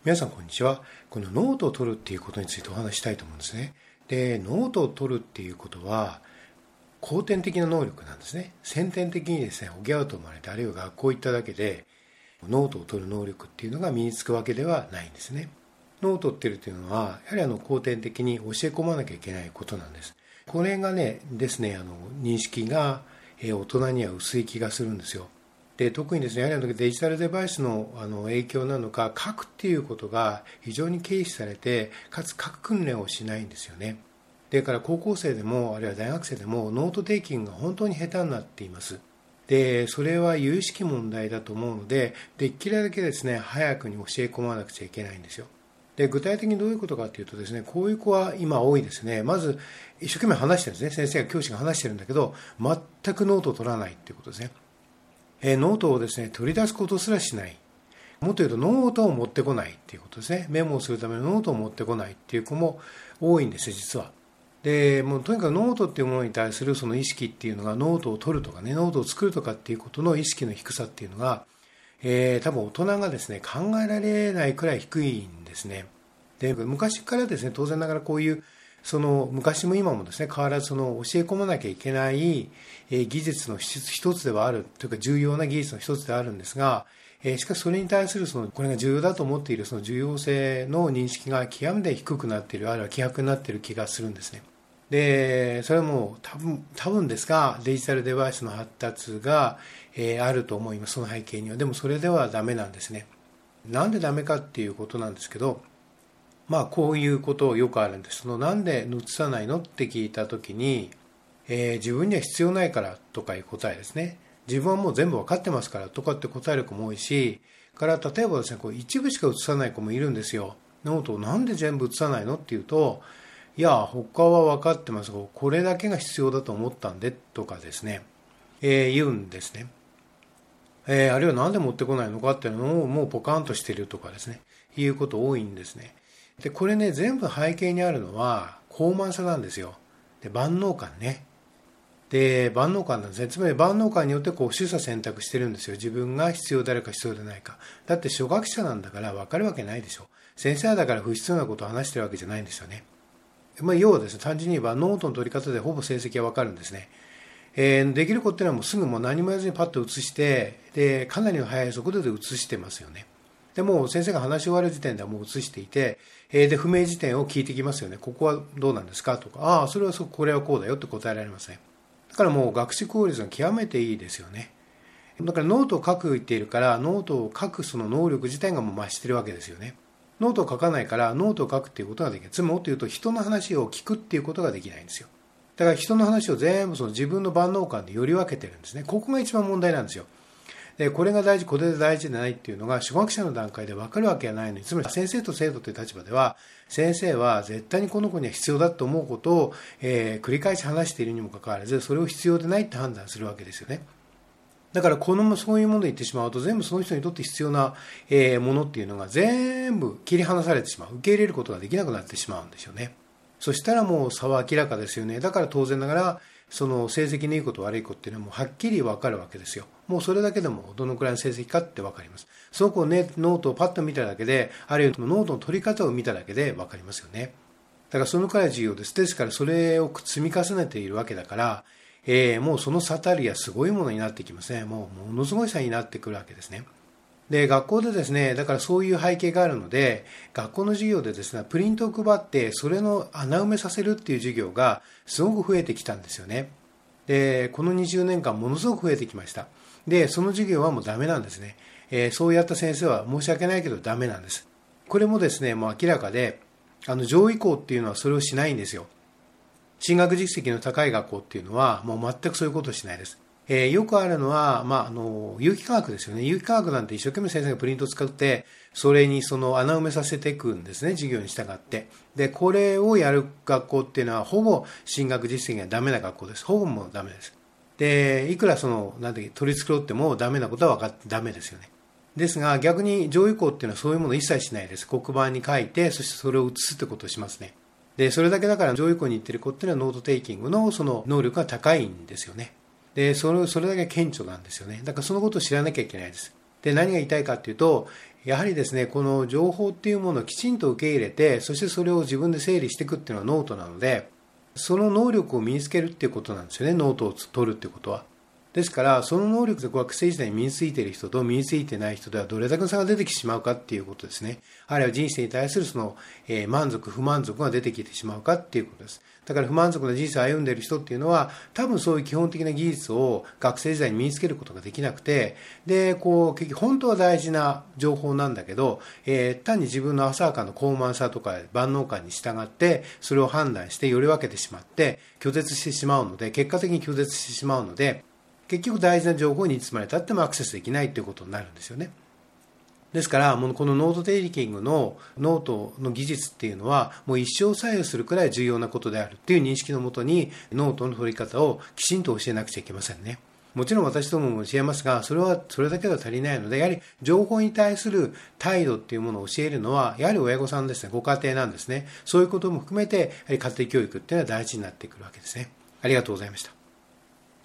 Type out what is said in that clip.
皆さんこんにちは。このノートを取るっていうことについてお話したいと思うんですね。で、ノートを取るっていうことは後天的な能力なんですね。先天的にですね、補うと生まれて、あるいは学校行っただけでノートを取る能力っていうのが身につくわけではないんですね。ノートを取るっていうのはやはり後天的に教え込まなきゃいけないことなんです。これがですね、認識が大人には薄い気がするんですよ。で、特にですね、やはりデジタルデバイスの影響なのか、書くっていうことが非常に軽視されて、かつ書く訓練をしないんですよね。だから高校生でも、あるいは大学生でも、ノートテイキングが本当に下手になっています。で、それは有意識問題だと思うので、できるだけですね、早くに教え込まなくちゃいけないんですよ。で、具体的にどういうことかというとですね、こういう子は今多いですね。まず、一生懸命話してるんですね。先生が、教師が話してるんだけど、全くノートを取らないっていうことですね。ノートをですね、取り出すことすらしない。もっと言うとノートを持ってこないっていうことですね。メモをするためのノートを持ってこないっていう子も多いんですよ、実は。で、もうとにかくノートっていうものに対するその意識っていうのが、ノートを取るとかね、ノートを作るとかっていうことの意識の低さっていうのが、多分大人がですね、考えられないくらい低いんですね。で、昔からですね、当然ながらこういう昔も今もですね、変わらず教え込まなきゃいけない技術の一つではあるというか、重要な技術の一つではあるんですが、しかしそれに対するこれが重要だと思っているその重要性の認識が極めて低くなっている、あるいは希薄になっている気がするんですね。で、それはもう多分ですが、デジタルデバイスの発達があると思います、その背景には。でもそれではダメなんですね。なんでダメかっていうことなんですけど、こういうことをよくあるんです。なんで写さないのって聞いたときに、自分には必要ないからとかいう答えですね。自分はもう全部分かってますからとかって答える子も多いし、から例えばですね、一部しか写さない子もいるんですよ。ノートをなんで全部写さないのっていうと、いや、他は分かってますが、これだけが必要だと思ったんでとかですね、言うんですね。あるいはなんで持ってこないのかっていうのをもうポカンとしているとかですね、いうこと多いんですね。で、これね、全部背景にあるのは高慢さなんですよ。で、万能感ね。で、万能感なんですね。つまり万能感によって取捨選択してるんですよ。自分が必要であるか必要でないか。だって初学者なんだから分かるわけないでしょ。先生だから不必要なことを話してるわけじゃないんですよね。要はですね、単純に言えばノートの取り方でほぼ成績は分かるんですね。できることっていうのはもうすぐもう何もやらずにパッと写して、で、かなりの速い速度で写してますよね。でもう先生が話し終わる時点ではもう写していて、で、不明時点を聞いてきますよね。ここはどうなんですかとか、ああ、それはこれはこうだよって答えられますね。だからもう学習効率が極めていいですよね。だからノートを書く言っているから、ノートを書くその能力自体がもう増してるわけですよね。ノートを書かないからノートを書くっていうことができない。つまりもっと言うと人の話を聞くっていうことができないんですよ。だから人の話を全部自分の万能感でより分けてるんですね。ここが一番問題なんですよ。で、これが大事、これで大事でないっていうのが初学者の段階で分かるわけがないのに、つまり先生と生徒という立場では、先生は絶対にこの子には必要だと思うことを、繰り返し話しているにもかかわらず、それを必要でないって判断するわけですよね。だからそういうものを言ってしまうと、全部その人にとって必要なものっていうのが全部切り離されてしまう。受け入れることができなくなってしまうんですよね。そしたらもう差は明らかですよね。だから当然ながら、成績のいいこと悪いことっていうのはもうはっきり分かるわけですよ。もうそれだけでもどのくらいの成績かって分かります。そこをね、ノートをパッと見ただけで、あるいはノートの取り方を見ただけで分かりますよね。だからそのくらい重要です。ですからそれを積み重ねているわけだから、もうその差たるやすごいものになってきますね。もうものすごい差になってくるわけですね。で、学校でですね、だからそういう背景があるので、学校の授業でですね、プリントを配って、それの穴埋めさせるっていう授業がすごく増えてきたんですよね。で、この20年間ものすごく増えてきました。で、その授業はもうダメなんですね。そうやった先生は申し訳ないけどダメなんです。これもですね、もう明らかで、上位校っていうのはそれをしないんですよ。進学実績の高い学校っていうのはもう全くそういうことをしないです。よくあるのは、有機化学ですよね。有機化学なんて一生懸命先生がプリントを使って、それに穴埋めさせていくんですね、授業に従って。で、これをやる学校っていうのは、ほぼ進学実績がダメな学校です。ほぼもうダメです。で、いくら取り繕ってもダメなことはダメですよね。ですが、逆に上位校っていうのはそういうものを一切しないです。黒板に書いて、そしてそれを写すってことをしますね。で、それだけだから上位校に行ってる子っていうのはノートテイキングの能力が高いんですよね。で、それだけ顕著なんですよね。だからそのことを知らなきゃいけないです。 で、何が言いたいかっていうと、やはりですね、この情報っていうものをきちんと受け入れて、そしてそれを自分で整理していくっていうのはノートなので、その能力を身につけるっていうことなんですよね、ノートを取るっていうことは。ですから、その能力が学生時代に身についている人と身についていない人ではどれだけの差が出てきてしまうかっていうことですね。あるいは人生に対するその、満足、不満足が出てきてしまうかっていうことです。だから不満足な人生を歩んでいる人っていうのは、多分そういう基本的な技術を学生時代に身につけることができなくて、で、結局本当は大事な情報なんだけど、単に自分の浅はかな高慢さとか万能感に従って、それを判断してより分けてしまって、拒絶してしまうので、結果的に拒絶してしまうので、結局大事な情報に包まれたってもアクセスできないということになるんですよね。ですから、もうこのノートテイキングのノートの技術っていうのは、もう一生左右するくらい重要なことであるっていう認識のもとに、ノートの取り方をきちんと教えなくちゃいけませんね。もちろん私どもも教えますが、それだけでは足りないので、やはり情報に対する態度っていうものを教えるのは、やはり親御さんですね、ご家庭なんですね。そういうことも含めて、やはり家庭教育っていうのは大事になってくるわけですね。ありがとうございました。